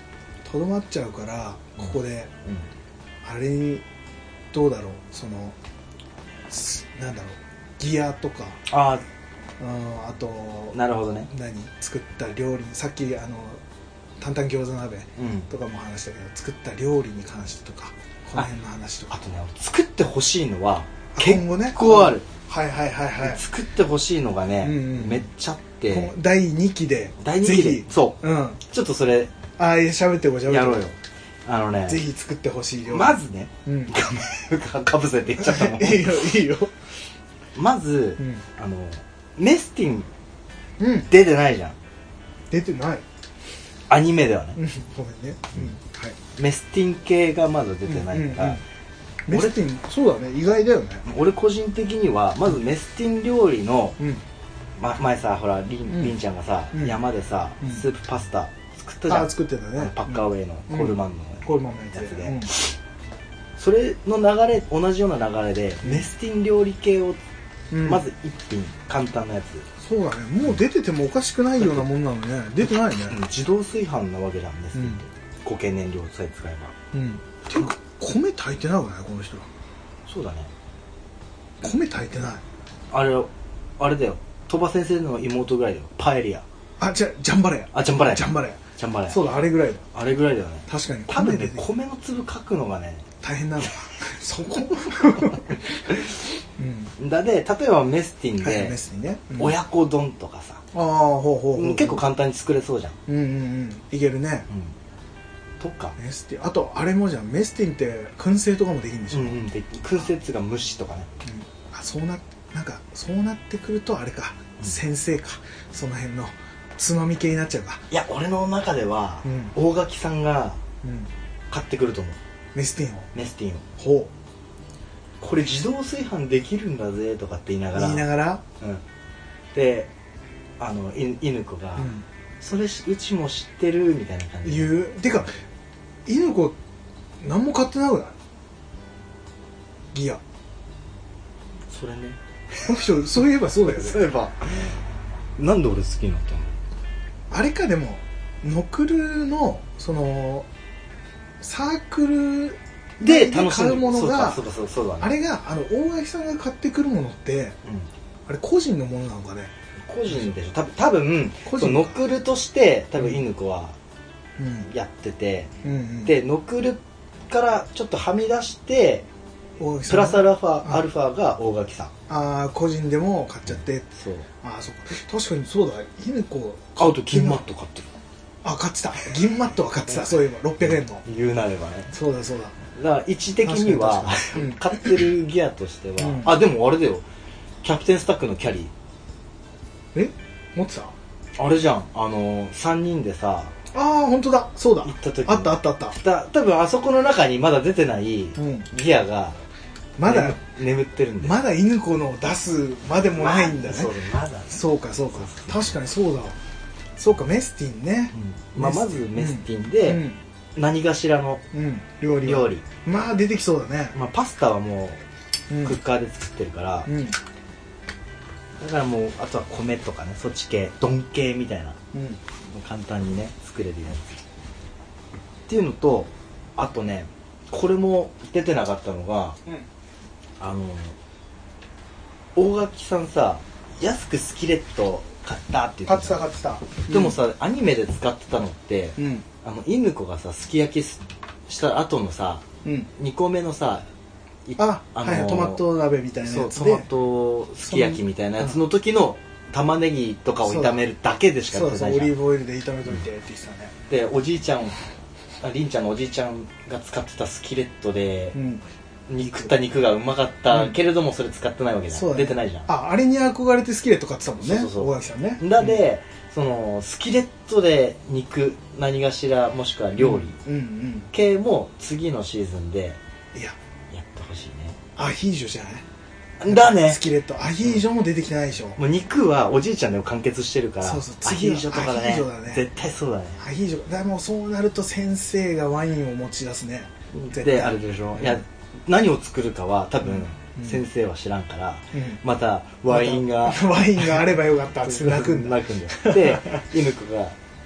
とどまっちゃうからここで、あれにどうだろう、そのなんだろう、ギアとか、あとなるほどね、 作った料理、さっき担々餃子鍋とかも話したけど、作った料理に関してとかこの辺の話とか、 あとね作ってほしいのは結構ある。はいはいはいはい。作ってほしいのがね、めっちゃあって、 第2期でぜひそう、ちょっとそれ喋ってやろうよ。 ぜひ作ってほしい料理。 まずね、かぶせって言っちゃったもん。いいよ。 まずメスティン出てないじゃん。 出てない。 アニメではね。 ごめんね。 メスティン系がまだ出てないから。 メスティン、そうだね、意外だよね。 俺個人的にはまずメスティン料理の、前さほらりんちゃんがさ、山でさスープパスタ作ったじゃん。 作ってたね。 パッカーウェイのコールマンのやつで、それの流れ、同じような流れでメスティン料理系をまず一品簡単なやつ。 そうだね、もう出ててもおかしくないようなもんなのね。出てないね。 自動炊飯なわけじゃん、メスティンって固形燃料さえ使えば。 米炊いてないわね、この人ら。 そうだね、 米炊いてない。 あれだよ、鳥羽先生の妹ぐらいだよ、パエリア。 ジャンバレー。 ジャンバレー。 そうだ、あれぐらいだ。 あれぐらいだよね。 確かに。 多分ね、米の粒かくのがね大変なの。そこだで、例えばメスティンで親子丼とかさ、結構簡単に作れそうじゃん。 いけるね。 とかメスティン、あとあれもじゃん、メスティンって燻製とかもできるんでしょ。 燻製っていうか蒸しとかね。 そうなってくるとあれか、先生か、その辺のつまみ系になっちゃうか。 いや、俺の中では大垣さんが買ってくると思う、 メスティンを。ほう、 これ自動炊飯できるんだぜとかって言いながら、で犬子が、それうちも知ってるみたいな感じで言う。てか犬子何も買ってなくない？ギア。 それね、 そういえばそうだよね。 そういえばなんで俺好きになったの？ あれか、でもノクルのそのサークルで買うものが、あれが大垣さんが買ってくるものって、あれ個人のものなのかね。 個人でしょ、多分ノクルとして多分犬子はやってて、でノクルからちょっとはみ出してプラスアルファが大垣さん。 個人でも買っちゃって。そう、そっか、確かにそうだ。犬子あと銀マット買ってる。 買ってた。銀マットは買ってた。そういえば600円の。 言うなればね。 そうだ。 だから位置的には買ってるギアとしては、でもあれだよ、キャプテンスタックのキャリー持ってた？ あれじゃん、3人でさ、 本当だ、そうだ、 行った時あった多分あそこの中にまだ出てないギアがまだ眠ってるんで、 まだ犬子の出すまでもないんだね。そうか確かにそうだ。そうか、メスティンね。 まずメスティンで何かしらの料理出てきそうだね。 パスタはもうクッカーで作ってるから、だからもうあとは米とかね、そっち系、丼系みたいな、簡単にね作れるやつっていうのと、あとね、これも出てなかったのが、大垣さんさ、安くスキレット買ったって言ってた。買ってた。でもさ、アニメで使ってたのって、犬子がさすき焼きした後のさ、2個目のさ、 トマト鍋みたいなやつで、 トマトすき焼きみたいなやつの時の玉ねぎとかを炒めるだけでしか出てないじゃん。 オリーブオイルで炒めといてって言ってたね。 で、おじいちゃん、りんちゃんのおじいちゃんが使ってたスキレットで、食った肉がうまかったけれども、それ使ってないわけじゃん。出てないじゃん。 あれに憧れてスキレット買ってたもんね、大垣さんね。 で、そのスキレットで肉何かしら、もしくは料理系も次のシーズンでやってほしいね。 アヒージョじゃないだね。 スキレットアヒージョも出てきてないでしょ。 もう肉はおじいちゃんでも完結してるから、アヒージョとかだね。絶対そうだね。 アヒージョだ。もうそうなると先生がワインを持ち出すね。 で、あれでしょ。いや、何を作るかは多分先生は知らんから、またワインがあればよかったって泣くんだよ。 で、犬子が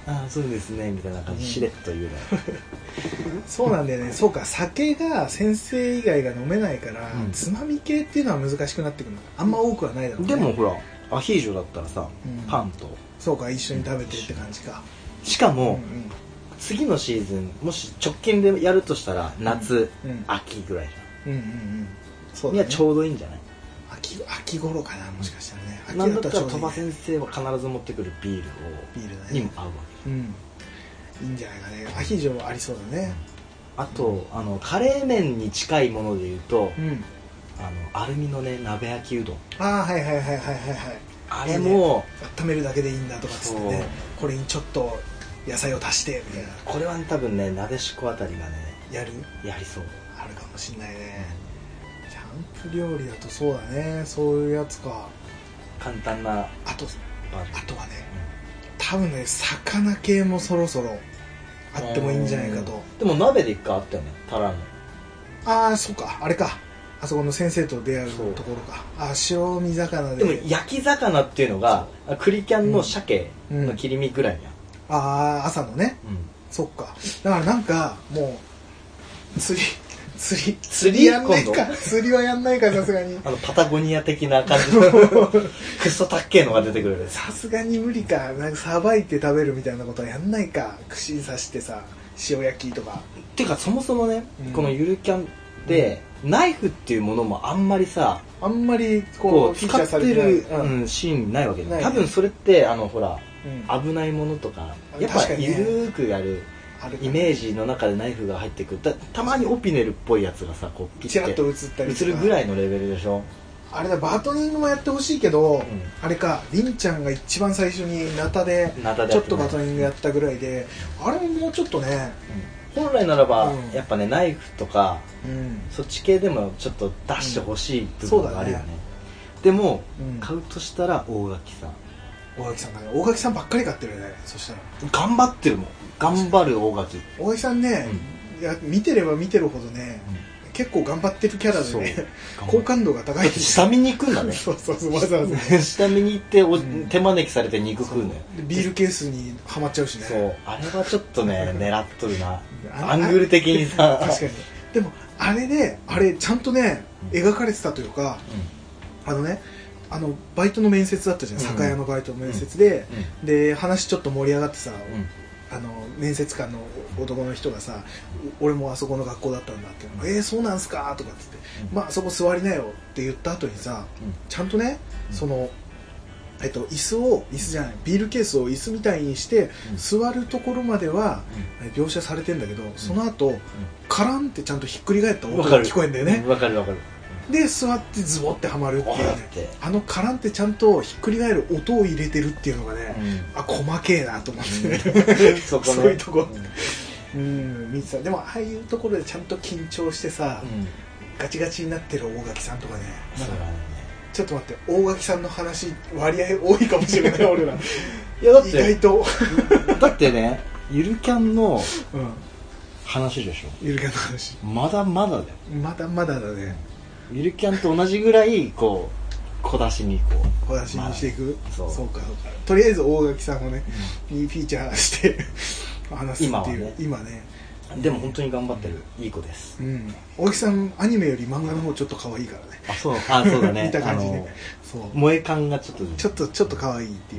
ああそうですねみたいな感じしれっと言うね、 そうなんだよね。そうか、酒が先生以外が飲めないから、つまみ系っていうのは難しくなってくるの。あんま多くはないだろうね。 でもほらアヒージョだったらさ、パンとそうか、一緒に食べてって感じか。 しかも、次のシーズンもし直近でやるとしたら夏、秋ぐらいじゃん。そうだね。にはちょうどいいんじゃない？ 秋頃かな、もしかしたらね。 なんだったら鳥羽先生は必ず持ってくるビールにも合うわけ。 いいんじゃないかね。アヒージョありそうだね。 あとカレー麺に近いもので言うと、アルミのね鍋焼きうどん。 ああはいはいはいはいはいはい。 あれも温めるだけでいいんだとかっつってね。これにちょっと野菜を足してみたいな。 これは多分ねなでしこあたりがねやりそう。 あるかもしんないね。キャンプ料理だとそうだね。そういうやつか。 簡単な。 あとはね、多分ね魚系もそろそろあってもいいんじゃないかと。 でも鍋で一回あったよね、タラの。 ああそうか、あれか、あそこの先生と出会うところか。あ、白身魚で。 でも焼き魚っていうのがクリキャンの鮭の切り身ぐらいや、 ああ朝のね、そっか。だからなんかもう釣りやんないか。釣りはやんないか、さすがに。 パタゴニア的な感じのクソたっけーのが出てくる。 さすがに無理か。なんかさばいて食べるみたいなことはやんないか。串に刺してさ、塩焼きとか。 っていうかそもそもね、このゆるキャンで、ナイフっていうものもあんまりさ、 あんまりこう使ってるシーンないわけで、多分それってほら、危ないものとかやっぱゆるーくやるイメージの中でナイフが入ってくる。たまにオピネルっぽいやつがさこうピッてチラッと映ったり映るぐらいのレベルでしょ。 あれだ、バートニングもやってほしいけど、あれか、りんちゃんが一番最初にナタでちょっとバートニングやったぐらいで、あれももうちょっとね、 本来ならばやっぱねナイフとかそっち系でもちょっと出してほしい部分があるよね。でも買うとしたら大垣さん。 大垣さんがね、大垣さんばっかり買ってるよね。そしたら頑張ってるもん。頑張る大垣。 大垣さんね、いや見てれば見てるほどね、結構頑張ってるキャラでね、好感度が高い。 下見に行くんだね。 そうわざわざ下見に行って手招きされて肉食うね。 ビールケースにはまっちゃうしね。 そう、あれはちょっとね狙っとるな。アングル的にさ。 確かに。でもあれでちゃんとね描かれてたというか、バイトの面接だったじゃん、酒屋のバイトの面接で、で話ちょっと盛り上がってさ、面接官の男の人がさ、俺もあそこの学校だったんだってそうなんすかとかっつって、まあそこ座りなよって言った後にさ、ちゃんとね、その椅子じゃない、ビールケースを椅子みたいにして座るところまでは描写されてんだけど、その後カランってちゃんとひっくり返った音が聞こえんだよね。 わかる。 で座ってズボってはまるっていうね、カランってちゃんとひっくり返る音を入れてるっていうのがね、細けえなと思ってそういうとこ見てた。でもああいうところでちゃんと緊張してさ、ガチガチになってる大垣さんとかね、ちょっと待って、大垣さんの話割合多いかもしれない俺ら。いやだって意外とだってね、ゆるキャンの話でしょ。 ゆるキャンの話まだまだだよ。 まだまだだね。 ゆるキャンと同じぐらいこう小出しに小出しにしていく。そうか。とりあえず大垣さんをね、にフィーチャーして話すっていう今ね。 でも本当に頑張ってるいい子です。 大垣さんアニメより漫画の方ちょっと可愛いからね。 そうだね。 見た感じね。 萌え感がちょっと可愛いっていう。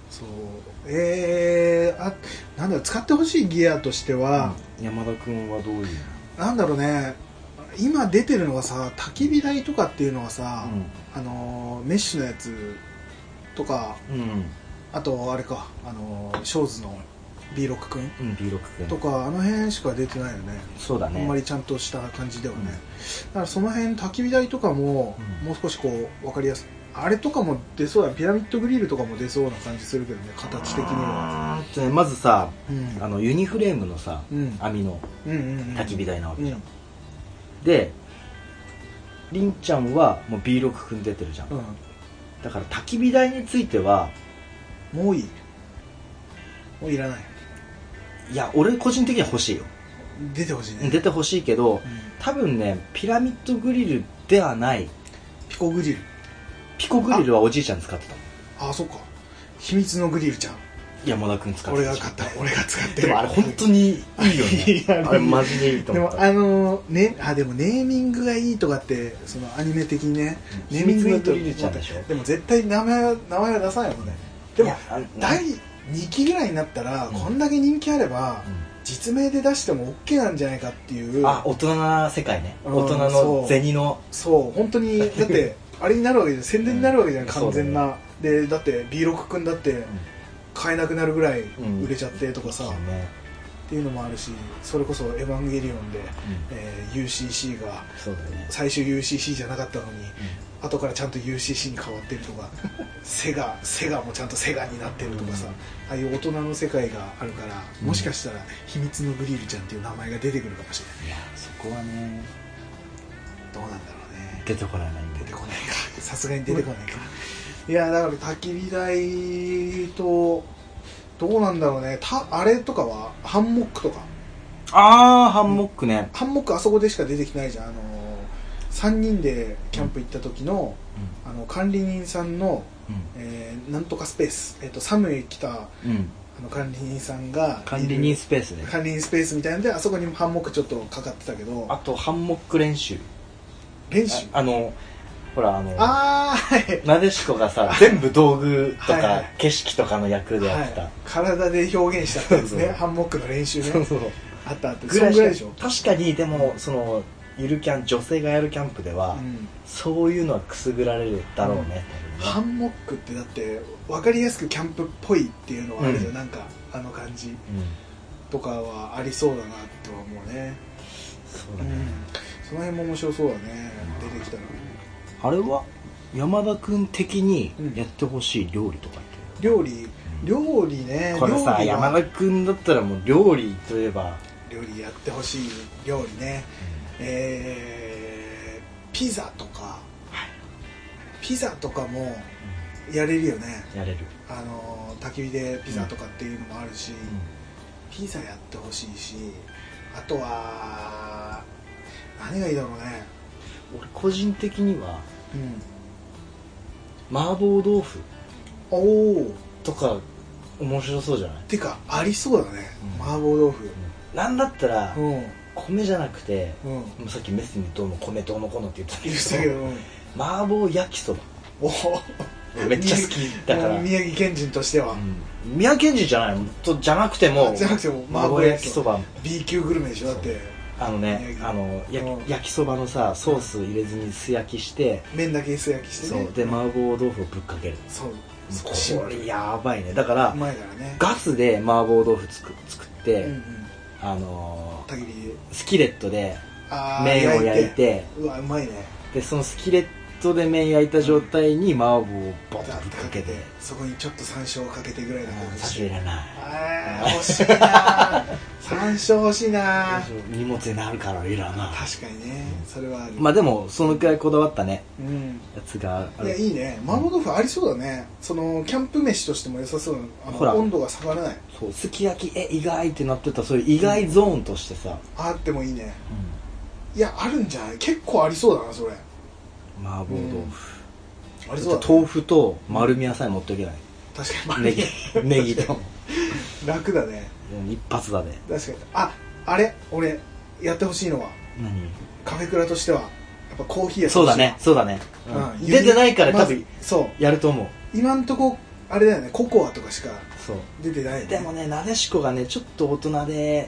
そうなんだろう、使ってほしいギアとしては、 山田君はどういうなんだろうね。今出てるのがさ、焚き火台とかっていうのがさ、メッシュのやつとか、あとあれか、ショーズの B6 くんとか、あの辺しか出てないよね。 そうだね。 あんまりちゃんとした感じではね。だからその辺焚き火台とかも、もう少しこう分かりやすい。あれとかも出そうだ。ピラミッドグリルとかも出そうな感じするけどね、形的には。 まずさ、ユニフレームのさ、網の焚き火台なわけじゃん。でりんちゃんはもう B6 くん出てるじゃん、だから焚き火台についてはもういらない。 いや俺個人的には欲しいよ。 出てほしいね。 出てほしいけど、多分ねピラミッドグリルではない。 ピコグリルはおじいちゃん使ってた。 そっか、秘密のグリルちゃん。 山田君使って俺が使ってる。 でもあれ本当にいいよねあれマジでいいと思った。 でもでもネーミングがいいとかってそのアニメ的にね、ネーミングいいとでも絶対名前は出さないもんね。でも第2期ぐらいになったら、こんだけ人気あれば、実名で出しても OK なんじゃないかっていう。 大人な世界ね、大人の銭のそう本当にだってあれになるわけじゃん、宣伝になるわけじゃん、完全な。でだって B6 君だって買えなくなるぐらい売れちゃってとかさ、っていうのもあるし、それこそ「エヴァンゲリオン」で、UCC が最初 UCC じゃなかったのに、後からちゃんと UCC に変わってるとかセガもちゃんとセガになってるとかさ、ああいう大人の世界があるから、もしかしたら秘密のグリルちゃんっていう名前が出てくるかもしれない。 いやそこはねどうなんだろうね。 出てこないか、 さすがに出てこないか。いやだから焚き火台とどうなんだろうね。あれとかはハンモックとか。 ハンモックね。 ハンモックあそこでしか出てきてないじゃん。3人でキャンプ行った時の、管理人さんの、なんとかスペース、サムへ来た、管理人さんが管理人スペースね。 管理人スペースみたいなので、あそこにハンモックちょっとかかってたけど、 あとハンモック練習ほらなでしこがさ全部道具とか景色とかの役でやってた、 体で表現しちゃったんですねハンモックの練習ね。あったぐらいでしょ。確かに。でもそのゆるキャン、女性がやるキャンプでは、そういうのはくすぐられるだろうね、 ハンモックってだって分かりやすくキャンプっぽいっていうのはあるじゃん、なんかあの感じ、とかはありそうだなとは思うね。 そうだね、 その辺も面白そうだね、出てきたら。 あれは山田君的にやってほしい料理とかって、 料理ね。 これさ、山田君だったらもう料理といえば料理やってほしい料理ね、ピザとか、ピザとかもやれるよね。 やれる。 焚き火でピザとかっていうのもあるし、ピザやってほしいし、あとは何がいいだろうね。 俺個人的には、麻婆豆腐とか面白そうじゃない？ てかありそうだね、麻婆豆腐。 なんだったら、米じゃなくて、さっきメスにどうも米どうのこうのって言ってたけど、麻婆焼きそばめっちゃ好きだから。宮城県人としては、 宮城県人じゃなくても麻婆焼きそば B 級グルメでしょ。だって焼きそばのさ、ソース入れずに素焼きして麺だけ素焼きしてね。 そうで麻婆豆腐をぶっかける。 そうこれやばいね。だからうまいからね。 ガスで麻婆豆腐作ってスキレットで麺を焼いて、 うわうまいね。 でそのスキレットで麺焼いた状態に麻婆をボンとぶっかけて、 そこにちょっと山椒をかけてぐらいだけど。 山椒いらない。 欲しいな山椒欲しいな。 荷物になるからいらない。 確かにね、それはある。 まあでもそのくらいこだわったね、やつがある。 いやいいね。麻婆豆腐ありそうだね。そのキャンプ飯としても良さそう。温度が下がらない。 そう、すき焼き意外ってなってた、そういう意外ゾーンとしてさ、 あってもいいね。いやあるんじゃない？結構ありそうだなそれ。 麻婆豆腐ありそうだ。 豆腐と丸み野菜持っておけない。 確かにネギと楽だね。 一発だね。 確かに。あれ俺やってほしいのは何？ カフェクラとしてはやっぱコーヒーや。 そうだね。出てないから多分やると思う。 今んとこあれだよね、ココアとかしか出てない。 でもね、なでしこがねちょっと大人で、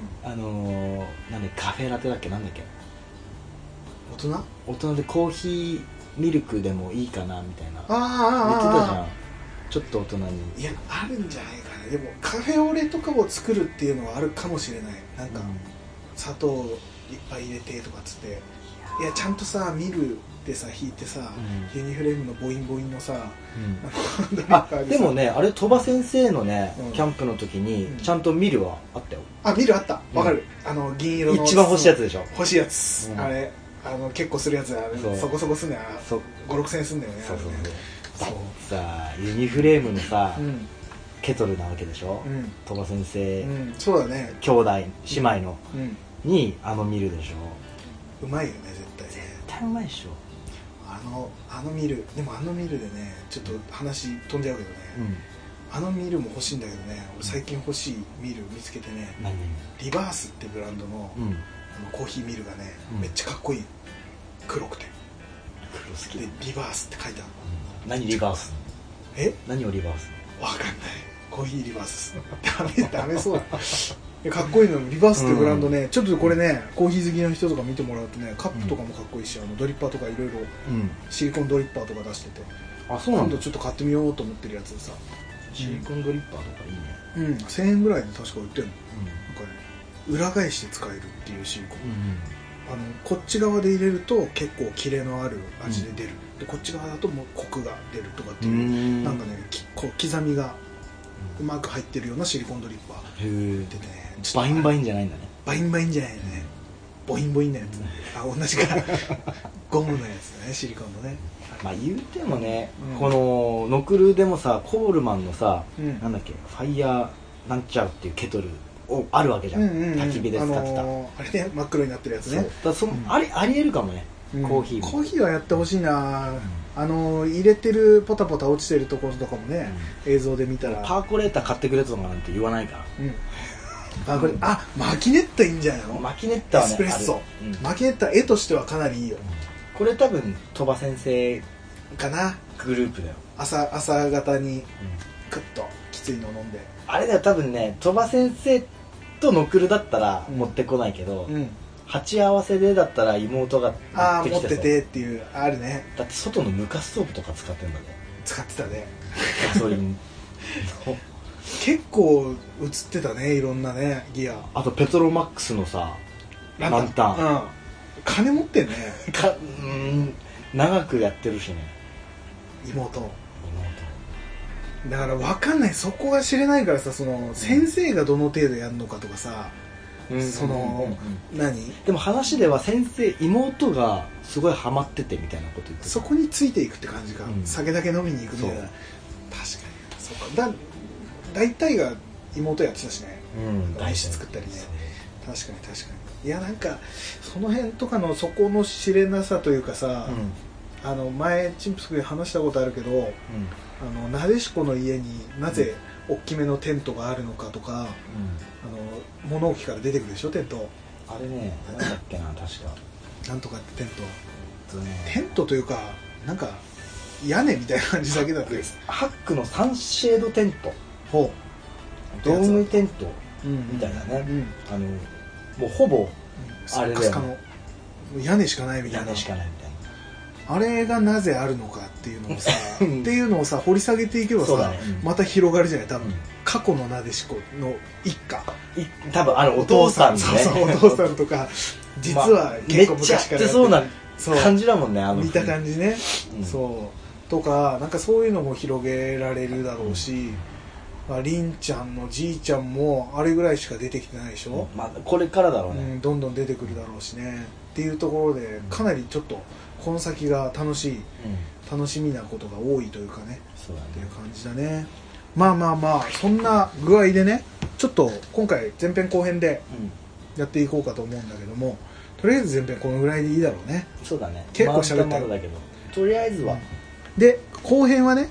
カフェラテだっけ、なんだっけ、大人でコーヒーミルクでもいいかなみたいな言ってたじゃん。ちょっと大人に。いやあるんじゃないかな。でもカフェオレとかを作るっていうのはあるかもしれない。なんか、砂糖いっぱい入れてとかっつって、いやちゃんとさミルでさ引いてさ、ユニフレームのボインボインのさ、 でもね、あれ鳥羽先生のね、キャンプの時にちゃんとミルはあったよ。 ミルあった。わかる。銀色の一番欲しいやつでしょ。 欲しいやつ。あれ結構するやつだ。そこそこすんだよ。5、6千円すんだよね。 そうさ、ユニフレームのさケトルなわけでしょ、鳥羽先生。 そうだね。 兄弟姉妹のにミルでしょ。うまいよね絶対。 絶対うまいでしょ。 ミルでね、ちょっと話飛んじゃうけどね、 あのミルも欲しいんだけどね、俺最近欲しいミル見つけてね、リバースってブランドの、コーヒーミルがね、めっちゃかっこいい、黒くて、 黒好きでリバースって書いてある。 何リバース？何をリバース？ わかんない。コーヒーリバースダメそうだかっこいいの。リバースってブランドね、ちょっとこれね、コーヒー好きの人とか見てもらうとね、カップとかもかっこいいし、ドリッパーとかいろいろシリコンドリッパーとか出してて、 そうなんだ。 今度ちょっと買ってみようと思ってるやつでさ、 シリコンドリッパーとかいいね。 1000円ぐらいで確か売ってるの、なんかね、裏返して使えるっていうシリコン、こっち側で入れると結構キレのある味で出る、でこっち側だともうコクが出るとかっていう、なんかね、こう刻みがうまく入ってるようなシリコンドリッパーでね、 バインバインじゃないんだね。 バインバインじゃないよね、ボインボインのやつ、同じかゴムのやつだね、シリコンのね。 まあ言うてもね、このノクルでもさ、コールマンのさ、なんだっけ、ファイヤーなんちゃうっていうケトルあるわけじゃん、焚き火で使ってた、あれね、真っ黒になってるやつね。 ありえるかもね、コーヒーはやってほしいな、入れてるポタポタ落ちてるところとかもね、映像で見たらパーコレーター買ってくれとかなんて言わないから、 マキネッタいいんじゃないの。 マキネッタはね、 エスプレッソ、マキネッタ絵としてはかなりいいよ。 これ多分鳥羽先生かな、 グループだよ。朝方にクッときついの飲んで、 あれだよ、多分ね、鳥羽先生とノクルだったら持ってこないけど、鉢合わせでだったら妹が持っててっていう、あるね。 だって外の無ガスストーブとか使ってんだね。 使ってたね、 ガソリン結構映ってたね、いろんなねギア。 あとペトロマックスのさランタン、 金持ってんね長くやってるしね、 妹だから分かんない、そこが知れないからさ、その先生がどの程度やるのかとかさ、何でも話では妹がすごいハマっててみたいなこと言って、 そこについていくって感じか、酒だけ飲みに行くみたいな。確かにそうか、大体が妹やってたしね、大師作ったりね。確かにいや、なんかその辺とかのそこの知れなさというかさ、前チンプスクで話したことあるけど、なでしこの家になぜ大きめのテントがあるのかとか、物置から出てくるでしょ、テント。 あれね、なんだっけな、確かなんとかってテント、テントというかなんか屋根みたいな感じだけだったです。 ハックのサンシェードテント、ドームテントみたいなね、もうほぼあれだよね、 屋根しかないみたいな、あれがなぜあるのかっていうのをさっていうのをさ掘り下げていけばさ、また広がるじゃない、多分過去のなでしこの一家、 多分お父さんね、 お父さんとか実は結構昔からやってそうな感じだもんね、 見た感じね、そうとか、なんかそういうのも広げられるだろうし、りんちゃんのじいちゃんもあれぐらいしか出てきてないでしょ、 これからだろうね、 どんどん出てくるだろうしねっていうところで、かなりちょっとこの先が楽しみなことが多いというかね、っていう感じだね。まあそんな具合でね、ちょっと今回前編後編でやっていこうかと思うんだけども、とりあえず前編このぐらいでいいだろうね。 そうだね、 結構喋ったよ、 だけどとりあえずは、 で後編はね、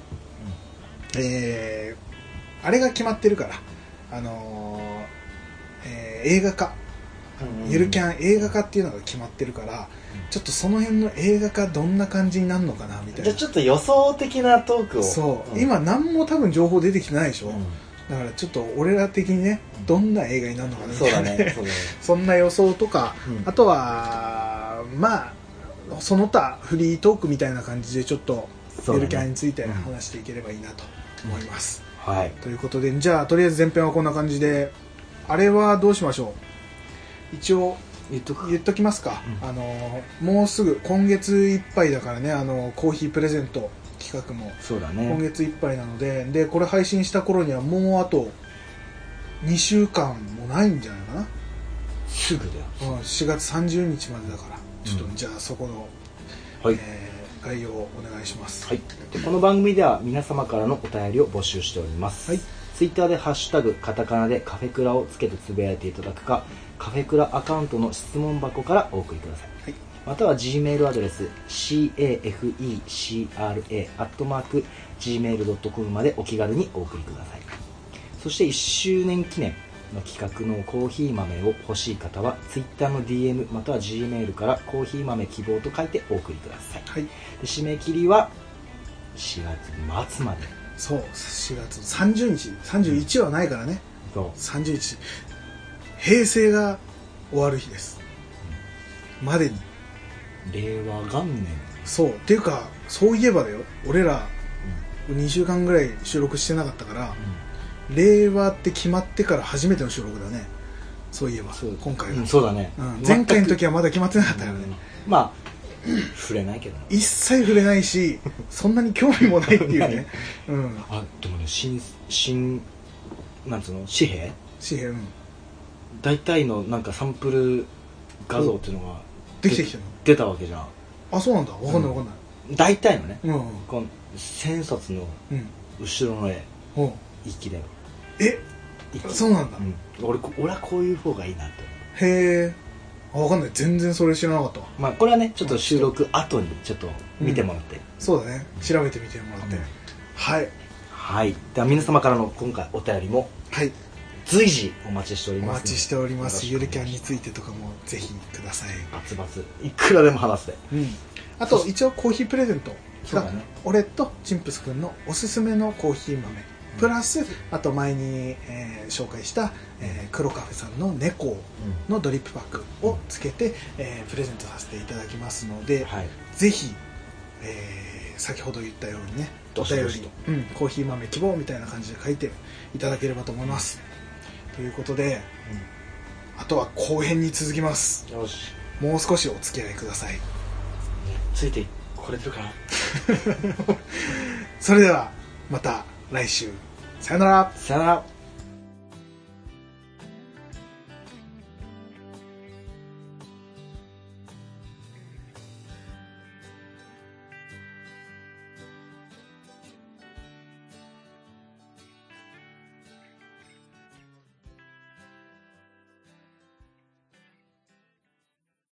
あれが決まってるから、映画化、ゆるキャン映画化っていうのが決まってるから、ちょっとその辺の映画化どんな感じになるのかなみたいな。 じゃあちょっと予想的なトークを。 そう、今何も多分情報出てきてないでしょ、だからちょっと俺ら的にね、どんな映画になるのかなみたいな、そんな予想とか、あとはその他フリートークみたいな感じでちょっとゆるキャンについて話していければいいなと思います、ということで、じゃあとりあえず前編はこんな感じで、あれはどうしましょう、一応言っときますか、もうすぐ今月いっぱいだからね、コーヒープレゼント企画も今月いっぱいなので、これ配信した頃にはもうあと2週間もないんじゃないかな、 すぐだよ、 4月30日までだから、ちょっとじゃあそこの、概要をお願いします。 でこの番組では皆様からのお便りを募集しております、ツイッターでハッシュタグカタカナでカフェクラをつけてつぶやいていただくか、カフェクラアカウントの質問箱からお送りください。 または G メールアドレス cafecra@gmail.com までお気軽にお送りください。そして1周年記念の企画のコーヒー豆を欲しい方は Twitter の DM または G メールからコーヒー豆希望と書いてお送りください、はい、で締め切りは4月末まで。 そう4月30日31はないからね、そう30日平成が終わる日です、までに令和元年。 そうっていうか、そういえばだよ、俺ら2週間ぐらい収録してなかったから、令和って決まってから初めての収録だね。そういえば今回は、 そうだね、 前回の時はまだ決まってなかったよね、 まあ触れないけどね、 一切触れないしそんなに興味もないっていうねあ、でもね、新なんつうの、紙幣、大体のなんかサンプル画像っていうのができてきたの、 出たわけじゃん。 あ、そうなんだ、分かんない分かんない、 大体のね、この1000冊の後ろの絵、一気だよ。 そうなんだ、 俺はこういう方がいいなって。 へえ、分かんない、全然それ知らなかったわ。 まあこれはね、ちょっと収録後にちょっと見てもらって、 そうだね、調べてみてもらって、はいはい。では皆様からの今回お便りも随時お待ちしております。 お待ちしております。ゆるキャンについてとかもぜひください。 バツバツいくらでも話して、 あと一応コーヒープレゼントが、俺とチンプスくんのおすすめのコーヒー豆プラス、あと前に、紹介した、黒カフェさんの猫のドリップパックをつけて、プレゼントさせていただきますので、ぜひ、先ほど言ったようにね、お便り、コーヒー豆希望みたいな感じで書いていただければと思います、ということで、あとは後編に続きます。よし、もう少しお付き合いください。 ついてこれてるかなそれではまた来週、さよなら。 さよなら。